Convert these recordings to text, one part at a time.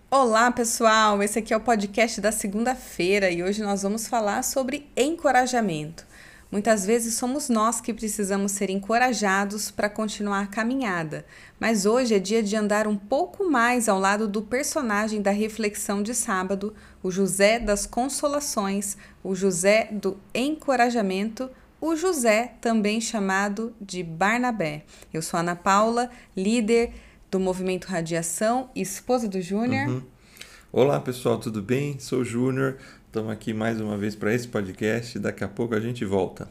Olá, pessoal! Esse aqui é o podcast da segunda-feira e hoje nós vamos falar sobre encorajamento. Muitas vezes somos nós que precisamos ser encorajados para continuar a caminhada, mas hoje é dia de andar um pouco mais ao lado do personagem da reflexão de sábado, o José das Consolações, o José do Encorajamento, o José, também chamado de Barnabé. Eu sou Ana Paula, líder do Movimento Radiação, esposa do Júnior. Olá pessoal, tudo bem? Sou o Júnior, estamos aqui mais uma vez para esse podcast, daqui a pouco a gente volta.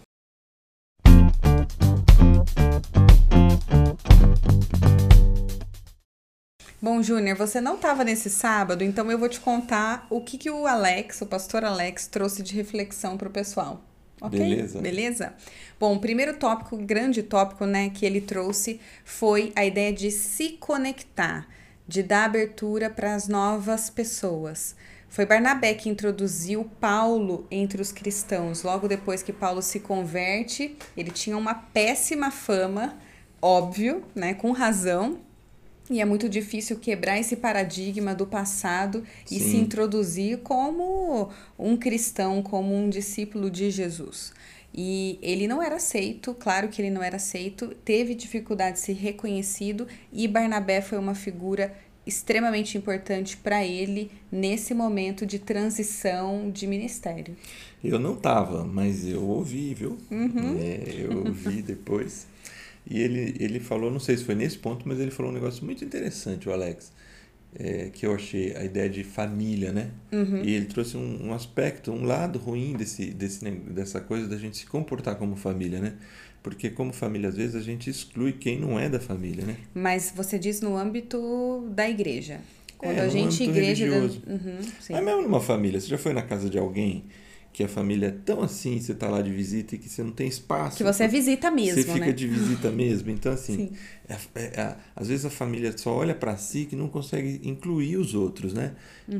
Bom, Júnior, você não estava nesse sábado, então eu vou te contar o que o Alex, o pastor Alex, trouxe de reflexão para o pessoal. Ok? Beleza? Bom, o primeiro tópico, grande tópico, né, que ele trouxe foi a ideia de se conectar, de dar abertura para as novas pessoas. Foi Barnabé que introduziu Paulo entre os cristãos. Logo depois que Paulo se converte, ele tinha uma péssima fama, óbvio, né, com razão. E é muito difícil quebrar esse paradigma do passado e se introduzir como um cristão, como um discípulo de Jesus. E ele não era aceito, claro que ele não era aceito, teve dificuldade de ser reconhecido e Barnabé foi uma figura extremamente importante para ele nesse momento de transição de ministério. Eu não estava, mas eu ouvi, viu? Eu ouvi depois. E ele falou, não sei se foi nesse ponto, mas ele falou um negócio muito interessante, o Alex, que eu achei, a ideia de família, né? E ele trouxe um aspecto, um lado ruim dessa coisa da gente se comportar como família, né? Porque como família, às vezes, a gente exclui quem não é da família, né? Mas você diz no âmbito da igreja. Quando a No gente âmbito igreja... religioso. Sim. Mas mesmo numa família, você já foi na casa de alguém que a família é tão assim, você tá lá de visita e que você não tem espaço. Que você visita mesmo, você fica né? de visita mesmo. Então, assim, Sim. às vezes a família só olha para si que não consegue incluir os outros, né?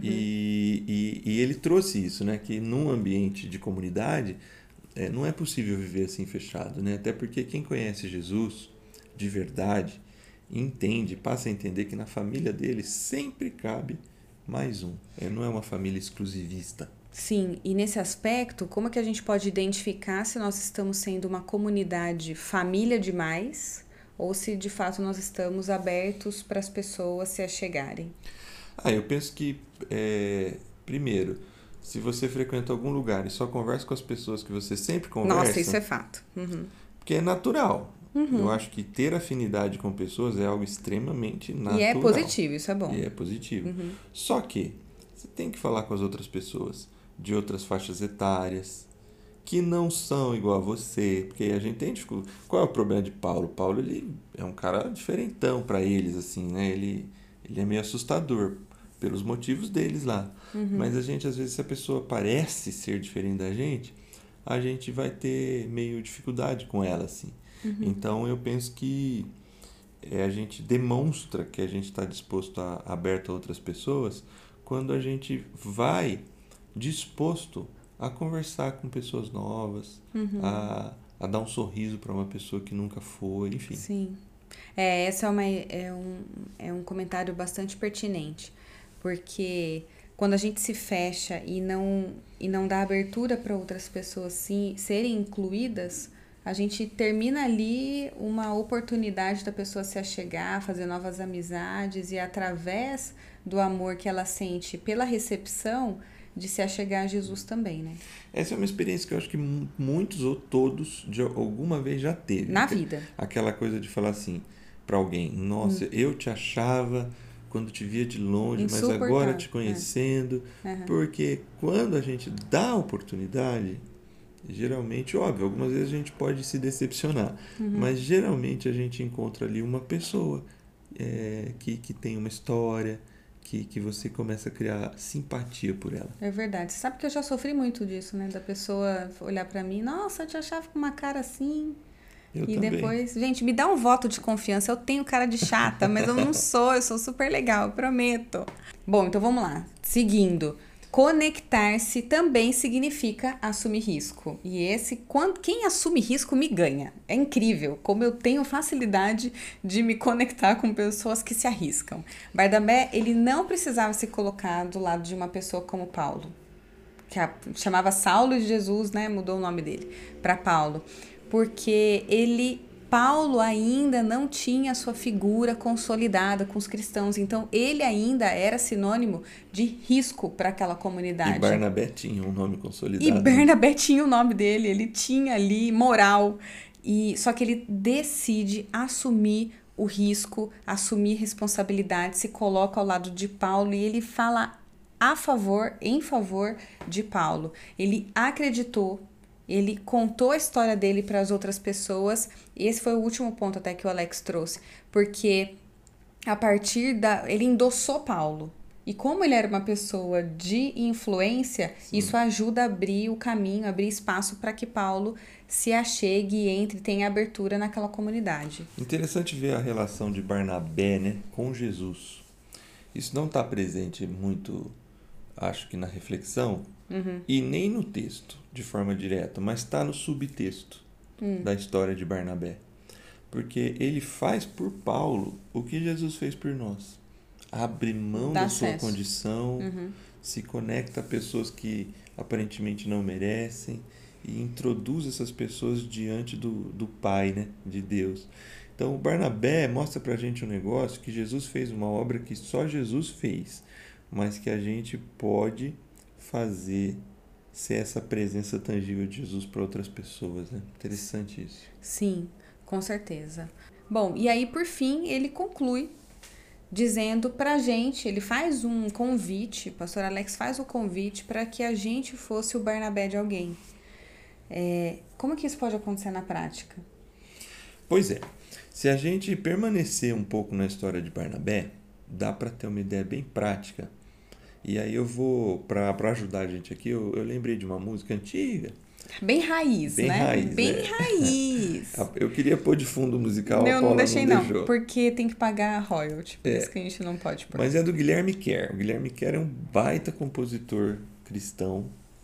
E ele trouxe isso, né? Que num ambiente de comunidade não é possível viver assim fechado, né? Até porque quem conhece Jesus de verdade entende, passa a entender que na família dele sempre cabe mais um. Não é uma família exclusivista. Sim, e nesse aspecto, como é que a gente pode identificar se nós estamos sendo uma comunidade família demais ou se de fato nós estamos abertos para as pessoas se achegarem? Eu penso que, primeiro, se você frequenta algum lugar e só conversa com as pessoas que você sempre conversa... Nossa, isso é fato. Porque é natural. Eu acho que ter afinidade com pessoas é algo extremamente natural. E é positivo, isso é bom. E é positivo. Só que você tem que falar com as outras pessoas de outras faixas etárias que não são igual a você, porque a gente tem dificuldade. Qual é o problema de Paulo? Paulo, ele é um cara diferentão para eles, assim, né? Ele é meio assustador pelos motivos deles lá. Mas a gente, às vezes, se a pessoa parece ser diferente da gente, a gente vai ter meio dificuldade com ela, assim. Então, eu penso que a gente demonstra que a gente está disposto aberto a outras pessoas quando a gente vai disposto a conversar com pessoas novas, a dar um sorriso para uma pessoa que nunca foi, enfim. Sim. Esse é um comentário bastante pertinente, porque quando a gente se fecha e não dá abertura para outras pessoas serem incluídas, a gente termina ali uma oportunidade da pessoa se achegar, fazer novas amizades e através do amor que ela sente pela recepção, de se achegar a Jesus também, né? Essa é uma experiência que eu acho que muitos ou todos de alguma vez já teve. Na vida. Aquela coisa de falar assim para alguém, nossa, eu te achava quando te via de longe, mas agora te conhecendo. Porque quando a gente dá a oportunidade, geralmente, óbvio, algumas vezes a gente pode se decepcionar, mas geralmente a gente encontra ali uma pessoa que tem uma história, que você começa a criar simpatia por ela. É verdade. Você sabe que eu já sofri muito disso, né? Da pessoa olhar pra mim, nossa, eu te achava com uma cara assim. Eu e também. Depois, gente, me dá um voto de confiança. Eu tenho cara de chata, mas eu não sou, eu sou super legal, eu prometo. Bom, então vamos lá. Seguindo. conectar-se também significa assumir risco. E quem assume risco me ganha. É incrível como eu tenho facilidade de me conectar com pessoas que se arriscam. Barnabé, ele não precisava se colocar do lado de uma pessoa como Paulo, que chamava Saulo de Jesus, né? Mudou o nome dele para Paulo, porque Paulo ainda não tinha sua figura consolidada com os cristãos, então ele ainda era sinônimo de risco para aquela comunidade. E Barnabé tinha um nome consolidado. E Barnabé tinha o nome dele, ele tinha ali moral, só que ele decide assumir o risco, assumir responsabilidade, se coloca ao lado de Paulo e ele fala em favor de Paulo. Ele acreditou, ele contou a história dele para as outras pessoas, e esse foi o último ponto até que o Alex trouxe, porque ele endossou Paulo. E como ele era uma pessoa de influência, sim, isso ajuda a abrir o caminho, abrir espaço para que Paulo se achegue e entre, tenha abertura naquela comunidade. Interessante ver a relação de Barnabé, né, com Jesus. Isso não está presente muito, acho que na reflexão, e nem no texto, de forma direta, mas está no subtexto da história de Barnabé. Porque ele faz por Paulo o que Jesus fez por nós. Abre mão da sua condição, se conecta a pessoas que aparentemente não merecem e introduz essas pessoas diante do Pai, né, de Deus. Então, o Barnabé mostra pra gente um negócio que Jesus fez uma obra que só Jesus fez, mas que a gente pode fazer ser essa presença tangível de Jesus para outras pessoas, né? Interessante isso. Sim, com certeza. Bom, e aí por fim ele conclui dizendo pra gente, ele faz um convite, o pastor Alex faz o convite para que a gente fosse o Barnabé de alguém. Como que isso pode acontecer na prática? Pois é, se a gente permanecer um pouco na história de Barnabé, dá para ter uma ideia bem prática. E aí eu vou, para ajudar a gente aqui, eu lembrei de uma música antiga. Bem raiz, bem né? Raiz, bem raiz. Eu queria pôr de fundo musical, não, a Paula não deixei não deixou. Porque tem que pagar royalty, por isso que a gente não pode pôr. Mas é do Guilherme Kerr. O Guilherme Kerr é um baita compositor cristão.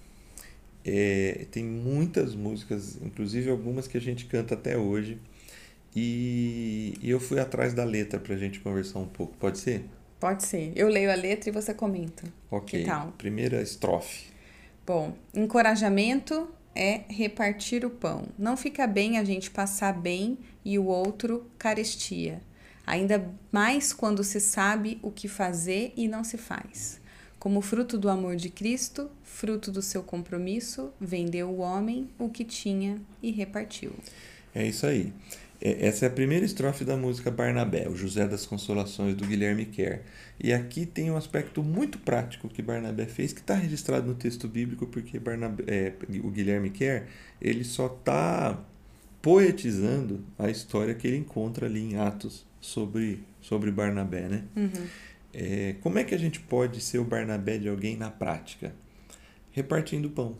Tem muitas músicas, inclusive algumas que a gente canta até hoje. E eu fui atrás da letra pra gente conversar um pouco. Pode ser? Pode ser. Eu leio a letra e você comenta. Ok. Que tal? Primeira estrofe. Bom, encorajamento é repartir o pão. Não fica bem a gente passar bem e o outro carestia. Ainda mais quando se sabe o que fazer e não se faz. Como fruto do amor de Cristo, fruto do seu compromisso, vendeu o homem o que tinha e repartiu. É isso aí. Essa é a primeira estrofe da música Barnabé, o José das Consolações, do Guilherme Kerr. E aqui tem um aspecto muito prático que Barnabé fez, que está registrado no texto bíblico, porque o Guilherme Kerr ele só está poetizando a história que ele encontra ali em Atos sobre Barnabé, né? Como é que a gente pode ser o Barnabé de alguém na prática? Repartindo pão.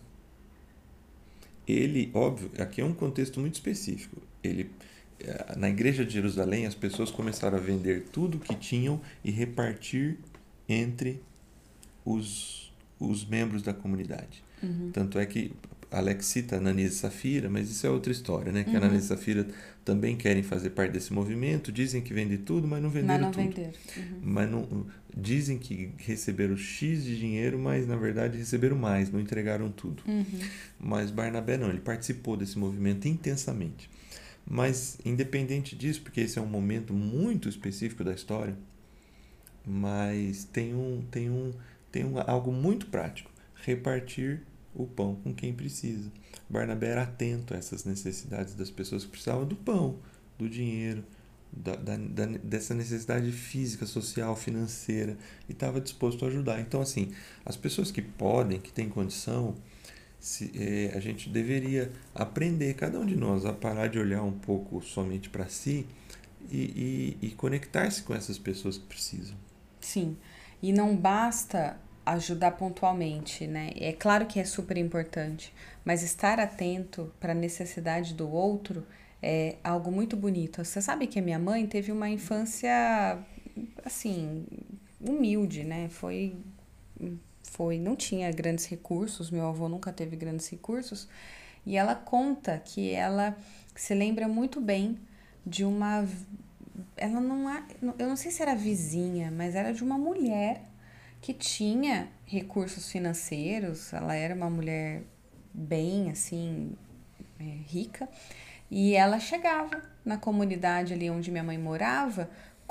Óbvio, aqui é um contexto muito específico. Na igreja de Jerusalém, as pessoas começaram a vender tudo o que tinham e repartir entre os membros da comunidade. Tanto é que Alex cita Ananias e Safira, mas isso é outra história, né? Que Ananias e Safira também querem fazer parte desse movimento, dizem que vendem tudo, mas não venderam tudo. Mas não, dizem que receberam X de dinheiro, mas na verdade receberam mais, não entregaram tudo. Mas Barnabé não, ele participou desse movimento intensamente. Mas independente disso, porque esse é um momento muito específico da história, mas tem algo muito prático: repartir o pão com quem precisa. Barnabé era atento a essas necessidades das pessoas que precisavam do pão, do dinheiro, dessa necessidade física, social, financeira, e estava disposto a ajudar. Então, assim, as pessoas que podem, que têm condição, a gente deveria aprender, cada um de nós, a parar de olhar um pouco somente para si e conectar-se com essas pessoas que precisam. Sim, e não basta ajudar pontualmente, né? É claro que é super importante, mas estar atento para a necessidade do outro é algo muito bonito. Você sabe que a minha mãe teve uma infância, assim, humilde, né? Foi não tinha grandes recursos, meu avô nunca teve grandes recursos, e ela conta que ela se lembra muito bem de uma... Ela não é, eu não sei se era vizinha, mas era de uma mulher que tinha recursos financeiros, ela era uma mulher bem, assim, rica, e ela chegava na comunidade ali onde minha mãe morava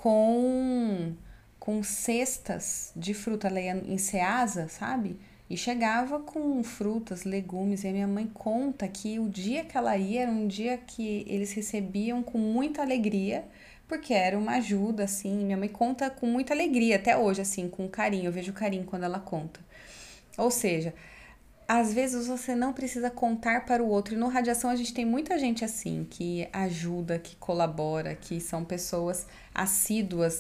com cestas de fruta. Ela ia em Ceasa, sabe? E chegava com frutas, legumes. E a minha mãe conta que o dia que ela ia era um dia que eles recebiam com muita alegria, porque era uma ajuda, assim. Minha mãe conta com muita alegria até hoje, assim, com carinho. Eu vejo carinho quando ela conta. Ou seja, às vezes você não precisa contar para o outro. E no Radiação a gente tem muita gente assim, que ajuda, que colabora, que são pessoas assíduas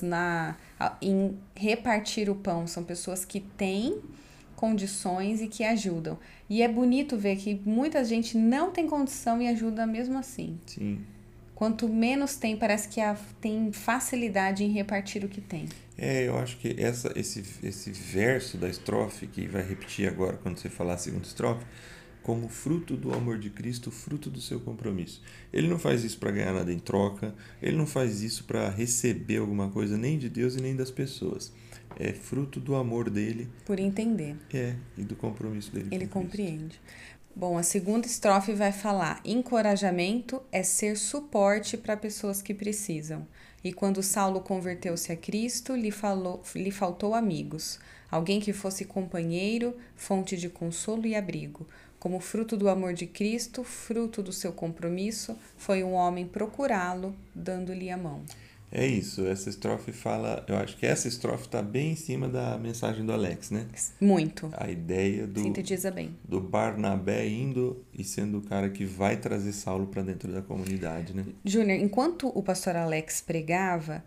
em repartir o pão. São pessoas que têm condições e que ajudam. E é bonito ver que muita gente não tem condição e ajuda mesmo assim. Sim. Quanto menos tem, parece que tem facilidade em repartir o que tem. Eu acho que esse verso da estrofe, que vai repetir agora quando você falar a segunda estrofe, como fruto do amor de Cristo, fruto do seu compromisso. Ele não faz isso para ganhar nada em troca, ele não faz isso para receber alguma coisa nem de Deus e nem das pessoas. É fruto do amor dele. Por entender. E do compromisso dele com Ele Cristo. compreende. Bom, a segunda estrofe vai falar: encorajamento é ser suporte para pessoas que precisam. E quando Saulo converteu-se a Cristo, lhe faltou amigos, alguém que fosse companheiro, fonte de consolo e abrigo. Como fruto do amor de Cristo, fruto do seu compromisso, foi um homem procurá-lo, dando-lhe a mão. É isso, essa estrofe fala... Eu acho que essa estrofe está bem em cima da mensagem do Alex, né? Muito. A ideia Sintetiza bem. Do Barnabé indo e sendo o cara que vai trazer Saulo para dentro da comunidade, né? Júnior, enquanto o pastor Alex pregava,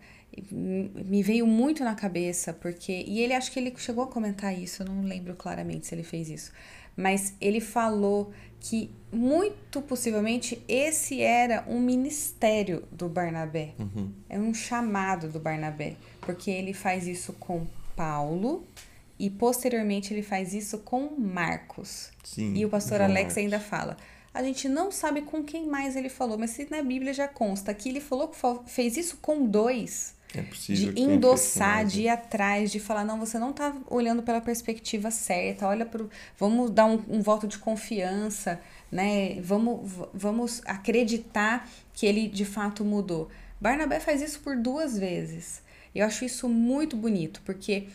me veio muito na cabeça, porque... E ele, acho que ele chegou a comentar isso, eu não lembro claramente se ele fez isso. Mas ele falou que, muito possivelmente, esse era um ministério do Barnabé. Uhum. É um chamado do Barnabé. Porque ele faz isso com Paulo e, posteriormente, ele faz isso com Marcos. Sim, e o pastor João Alex Marcos ainda fala... A gente não sabe com quem mais ele falou, mas se na Bíblia já consta que ele falou que fez isso com 2... É possível de endossar, de ir atrás, de falar, não, você não tá olhando pela perspectiva certa, olha pro... Vamos dar um voto de confiança, né? Vamos acreditar que ele de fato mudou. Barnabé faz isso por 2 vezes. Eu acho isso muito bonito, porque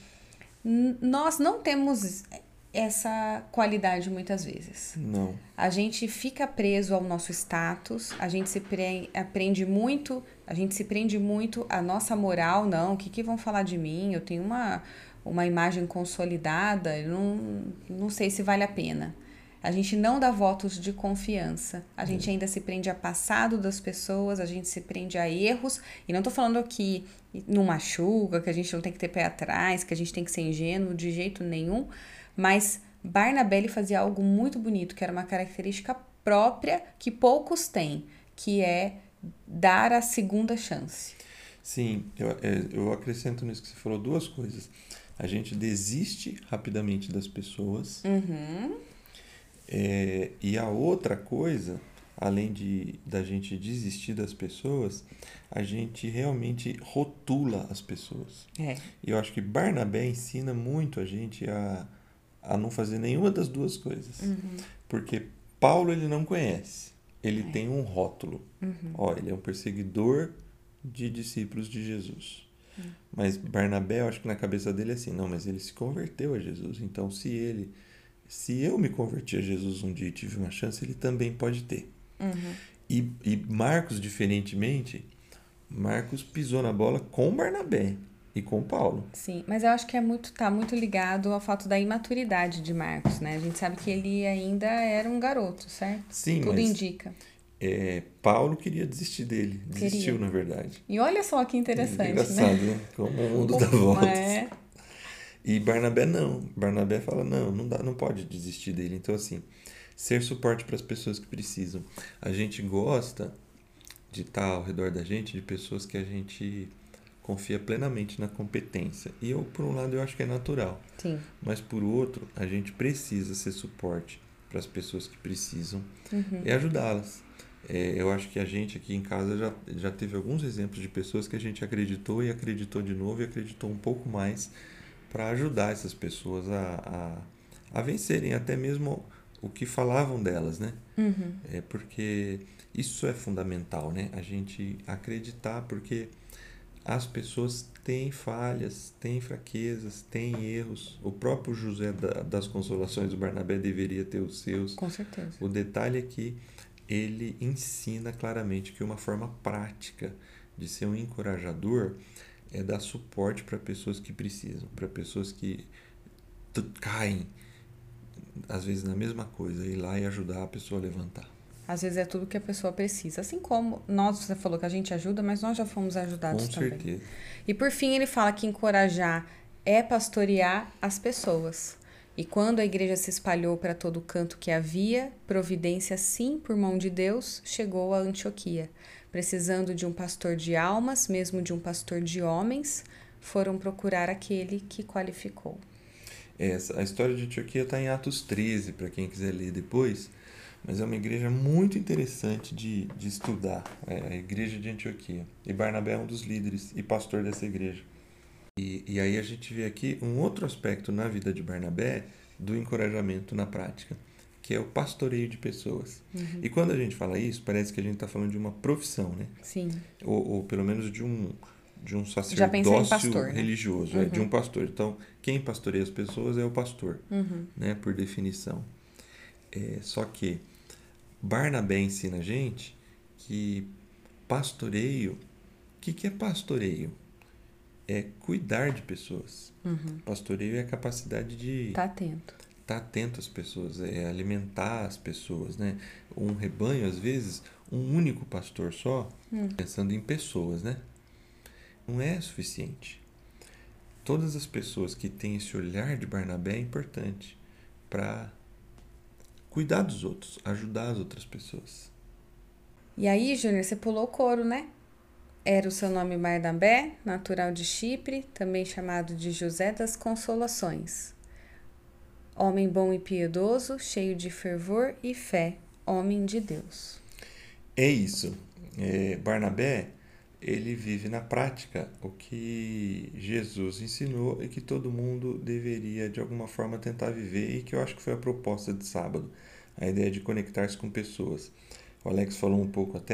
nós não temos essa qualidade muitas vezes. Não. A gente fica preso ao nosso status, a gente se prende muito à nossa moral, não, o que vão falar de mim? Eu tenho uma imagem consolidada, eu não sei se vale a pena. A gente não dá votos de confiança, a gente ainda se prende a passado das pessoas, a gente se prende a erros, e não tô falando aqui não machuca, que a gente não tem que ter pé atrás, que a gente tem que ser ingênuo de jeito nenhum, mas Barnabé ele fazia algo muito bonito, que era uma característica própria que poucos têm, que é dar a segunda chance. Sim, eu acrescento nisso que você falou 2 coisas. A gente desiste rapidamente das pessoas. Uhum. E a outra coisa, além da gente desistir das pessoas, a gente realmente rotula as pessoas. E eu acho que Barnabé ensina muito a gente a não fazer nenhuma das 2 coisas. Uhum. Porque Paulo ele não conhece. Ele tem um rótulo. Uhum. Ele é um perseguidor de discípulos de Jesus. Mas Barnabé, eu acho que na cabeça dele é assim, não, mas ele se converteu a Jesus. Então, se eu me converti a Jesus um dia e tive uma chance, ele também pode ter. Uhum. E Marcos, diferentemente, Marcos pisou na bola com Barnabé e com Paulo. Sim, mas eu acho que tá muito ligado ao fato da imaturidade de Marcos, né? A gente sabe que ele ainda era um garoto, certo? Sim, Tudo mas indica. Paulo queria desistir dele. Desistiu, na verdade. E olha só que interessante, engraçado, né? Como o mundo dá voltas. É. E Barnabé não. Barnabé fala, não pode desistir dele. Então, assim, ser suporte para as pessoas que precisam. A gente gosta de estar ao redor da gente, de pessoas que a gente confia plenamente na competência. E eu, por um lado, eu acho que é natural. Sim. Mas, por outro, a gente precisa ser suporte para as pessoas que precisam e ajudá-las. Eu acho que a gente aqui em casa já teve alguns exemplos de pessoas que a gente acreditou e acreditou de novo e acreditou um pouco mais para ajudar essas pessoas a vencerem até mesmo o que falavam delas, né? Porque isso é fundamental, né? A gente acreditar, porque as pessoas têm falhas, têm fraquezas, têm erros. O próprio José das Consolações do Barnabé deveria ter os seus. Com certeza. O detalhe é que ele ensina claramente que uma forma prática de ser um encorajador é dar suporte para pessoas que precisam, para pessoas que caem, às vezes, na mesma coisa, ir lá e ajudar a pessoa a levantar. Às vezes é tudo que a pessoa precisa. Assim como nós, você falou que a gente ajuda, mas nós já fomos ajudados Com também. certeza. E por fim, ele fala que encorajar é pastorear as pessoas. E quando a igreja se espalhou para todo canto que havia, providência, sim, por mão de Deus, chegou a Antioquia. Precisando de um pastor de almas, mesmo de um pastor de homens, foram procurar aquele que qualificou. A história de Antioquia está em Atos 13, para quem quiser ler depois, mas é uma igreja muito interessante de estudar, a igreja de Antioquia. E Barnabé é um dos líderes e pastor dessa igreja. E aí a gente vê aqui um outro aspecto na vida de Barnabé do encorajamento na prática, que é o pastoreio de pessoas. E quando a gente fala isso, parece que a gente está falando de uma profissão, né? Sim. Ou pelo menos de um Já pensei em sacerdócio pastor, né? religioso, de um pastor. Então, quem pastoreia as pessoas é o pastor, né? Por definição. Só que Barnabé ensina a gente que pastoreio... O que é pastoreio? É cuidar de pessoas. Pastoreio é a capacidade de Tá atento. estar atento às pessoas, é alimentar as pessoas, né? Um rebanho, às vezes, um único pastor só, pensando em pessoas, né? Não é suficiente. Todas as pessoas que têm esse olhar de Barnabé é importante para cuidar dos outros, ajudar as outras pessoas. E aí, Júnior, você pulou o coro, né? Era o seu nome Barnabé, natural de Chipre, também chamado de José das Consolações. Homem bom e piedoso, cheio de fervor e fé, homem de Deus. É isso. Barnabé, ele vive na prática o que Jesus ensinou e que todo mundo deveria, de alguma forma, tentar viver, e que eu acho que foi a proposta de sábado, a ideia de conectar-se com pessoas. O Alex falou um pouco até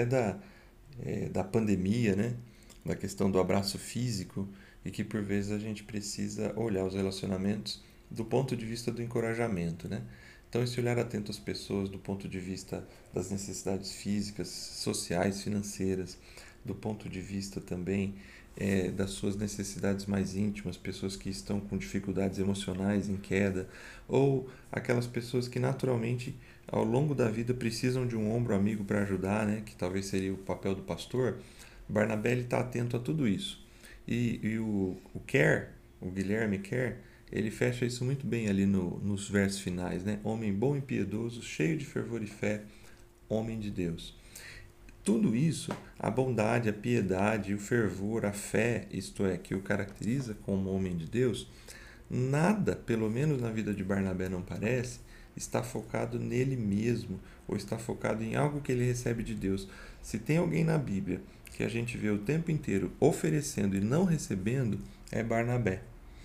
da pandemia, né? Da questão do abraço físico, e que por vezes a gente precisa olhar os relacionamentos do ponto de vista do encorajamento, né? Então, esse olhar atento às pessoas do ponto de vista das necessidades físicas, sociais, financeiras, do ponto de vista também das suas necessidades mais íntimas, pessoas que estão com dificuldades emocionais, em queda, ou aquelas pessoas que naturalmente ao longo da vida precisam de um ombro amigo para ajudar, né? Que talvez seria o papel do pastor. Barnabé está atento a tudo isso. E o Guilherme Kerr, ele fecha isso muito bem ali nos versos finais, né? Homem bom e piedoso, cheio de fervor e fé, homem de Deus. Tudo isso, a bondade, a piedade, o fervor, a fé, isto é, que o caracteriza como homem de Deus, nada, pelo menos na vida de Barnabé não parece, está focado nele mesmo, ou está focado em algo que ele recebe de Deus. Se tem alguém na Bíblia que a gente vê o tempo inteiro oferecendo e não recebendo, é Barnabé.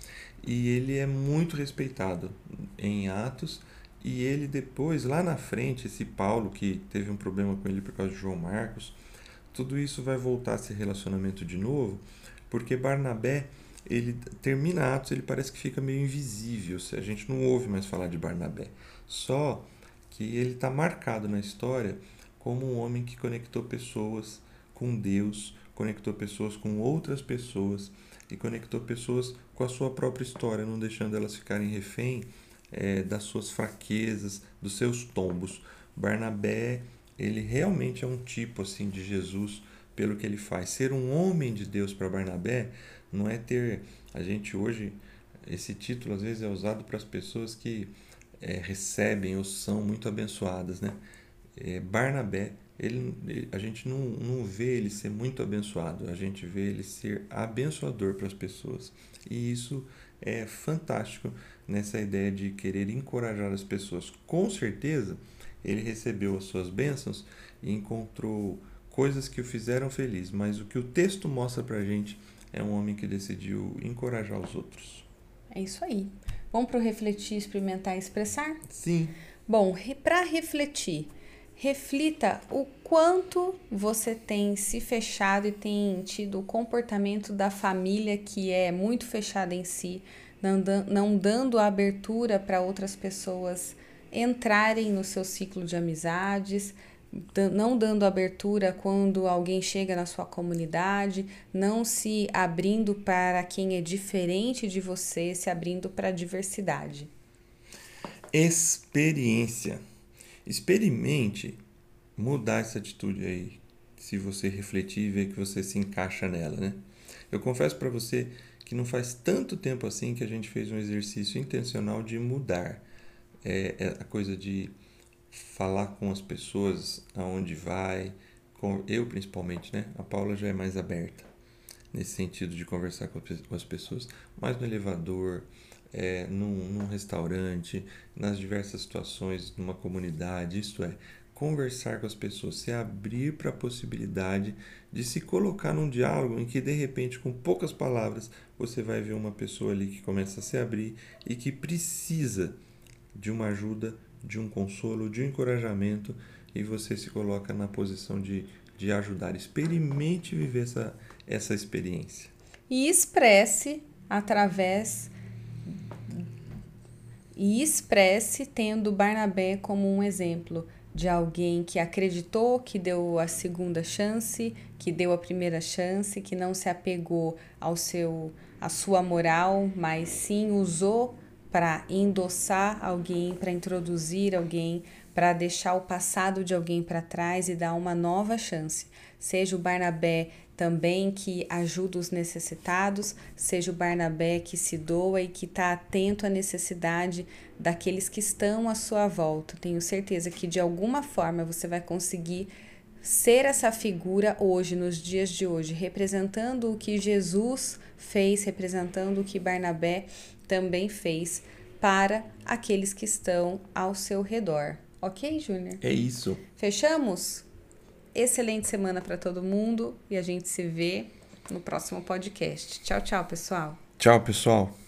E ele é muito respeitado em Atos, e ele depois, lá na frente, esse Paulo que teve um problema com ele por causa de João Marcos, tudo isso vai voltar a ser relacionamento de novo, porque Barnabé, ele termina Atos, ele parece que fica meio invisível, a gente não ouve mais falar de Barnabé, só que ele está marcado na história como um homem que conectou pessoas com Deus, conectou pessoas com outras pessoas e conectou pessoas com a sua própria história, não deixando elas ficarem refém das suas fraquezas, dos seus tombos. Barnabé, ele realmente é um tipo assim de Jesus pelo que ele faz. Ser um homem de Deus para Barnabé não é ter... A gente hoje, esse título às vezes é usado para as pessoas que recebem ou são muito abençoadas, né? Barnabé a gente não vê ele ser muito abençoado, a gente vê ele ser abençoador para as pessoas. E isso é fantástico nessa ideia de querer encorajar as pessoas. Com certeza, ele recebeu as suas bênçãos e encontrou coisas que o fizeram feliz, mas o que o texto mostra para a gente é um homem que decidiu encorajar os outros. É isso aí. Vamos para o refletir, experimentar e expressar? Sim. Bom, para refletir, reflita o quanto você tem se fechado e tem tido o comportamento da família que é muito fechada em si, não dando abertura para outras pessoas entrarem no seu ciclo de amizades, não dando abertura quando alguém chega na sua comunidade, não se abrindo para quem é diferente de você, se abrindo para a diversidade. Experiência. Experimente mudar essa atitude aí, se você refletir e ver que você se encaixa nela, né? Eu confesso para você que não faz tanto tempo assim que a gente fez um exercício intencional de mudar. É a coisa de falar com as pessoas aonde vai, eu principalmente, né? A Paula já é mais aberta nesse sentido de conversar com as pessoas, mas no elevador, num restaurante, nas diversas situações, numa comunidade, isto é, conversar com as pessoas, se abrir para a possibilidade de se colocar num diálogo em que, de repente, com poucas palavras, você vai ver uma pessoa ali que começa a se abrir e que precisa de uma ajuda, de um consolo, de um encorajamento, e você se coloca na posição de ajudar. Experimente viver essa experiência. E expresse tendo Barnabé como um exemplo de alguém que acreditou, que deu a segunda chance, que deu a primeira chance, que não se apegou à sua moral, mas sim usou para endossar alguém, para introduzir alguém, para deixar o passado de alguém para trás e dar uma nova chance. Seja o Barnabé também que ajuda os necessitados, seja o Barnabé que se doa e que está atento à necessidade daqueles que estão à sua volta. Tenho certeza que de alguma forma você vai conseguir ser essa figura hoje, nos dias de hoje, representando o que Jesus fez, representando o que Barnabé também fez para aqueles que estão ao seu redor. Ok, Júnior? É isso. Fechamos? Excelente semana para todo mundo e a gente se vê no próximo podcast. Tchau, tchau, pessoal. Tchau, pessoal.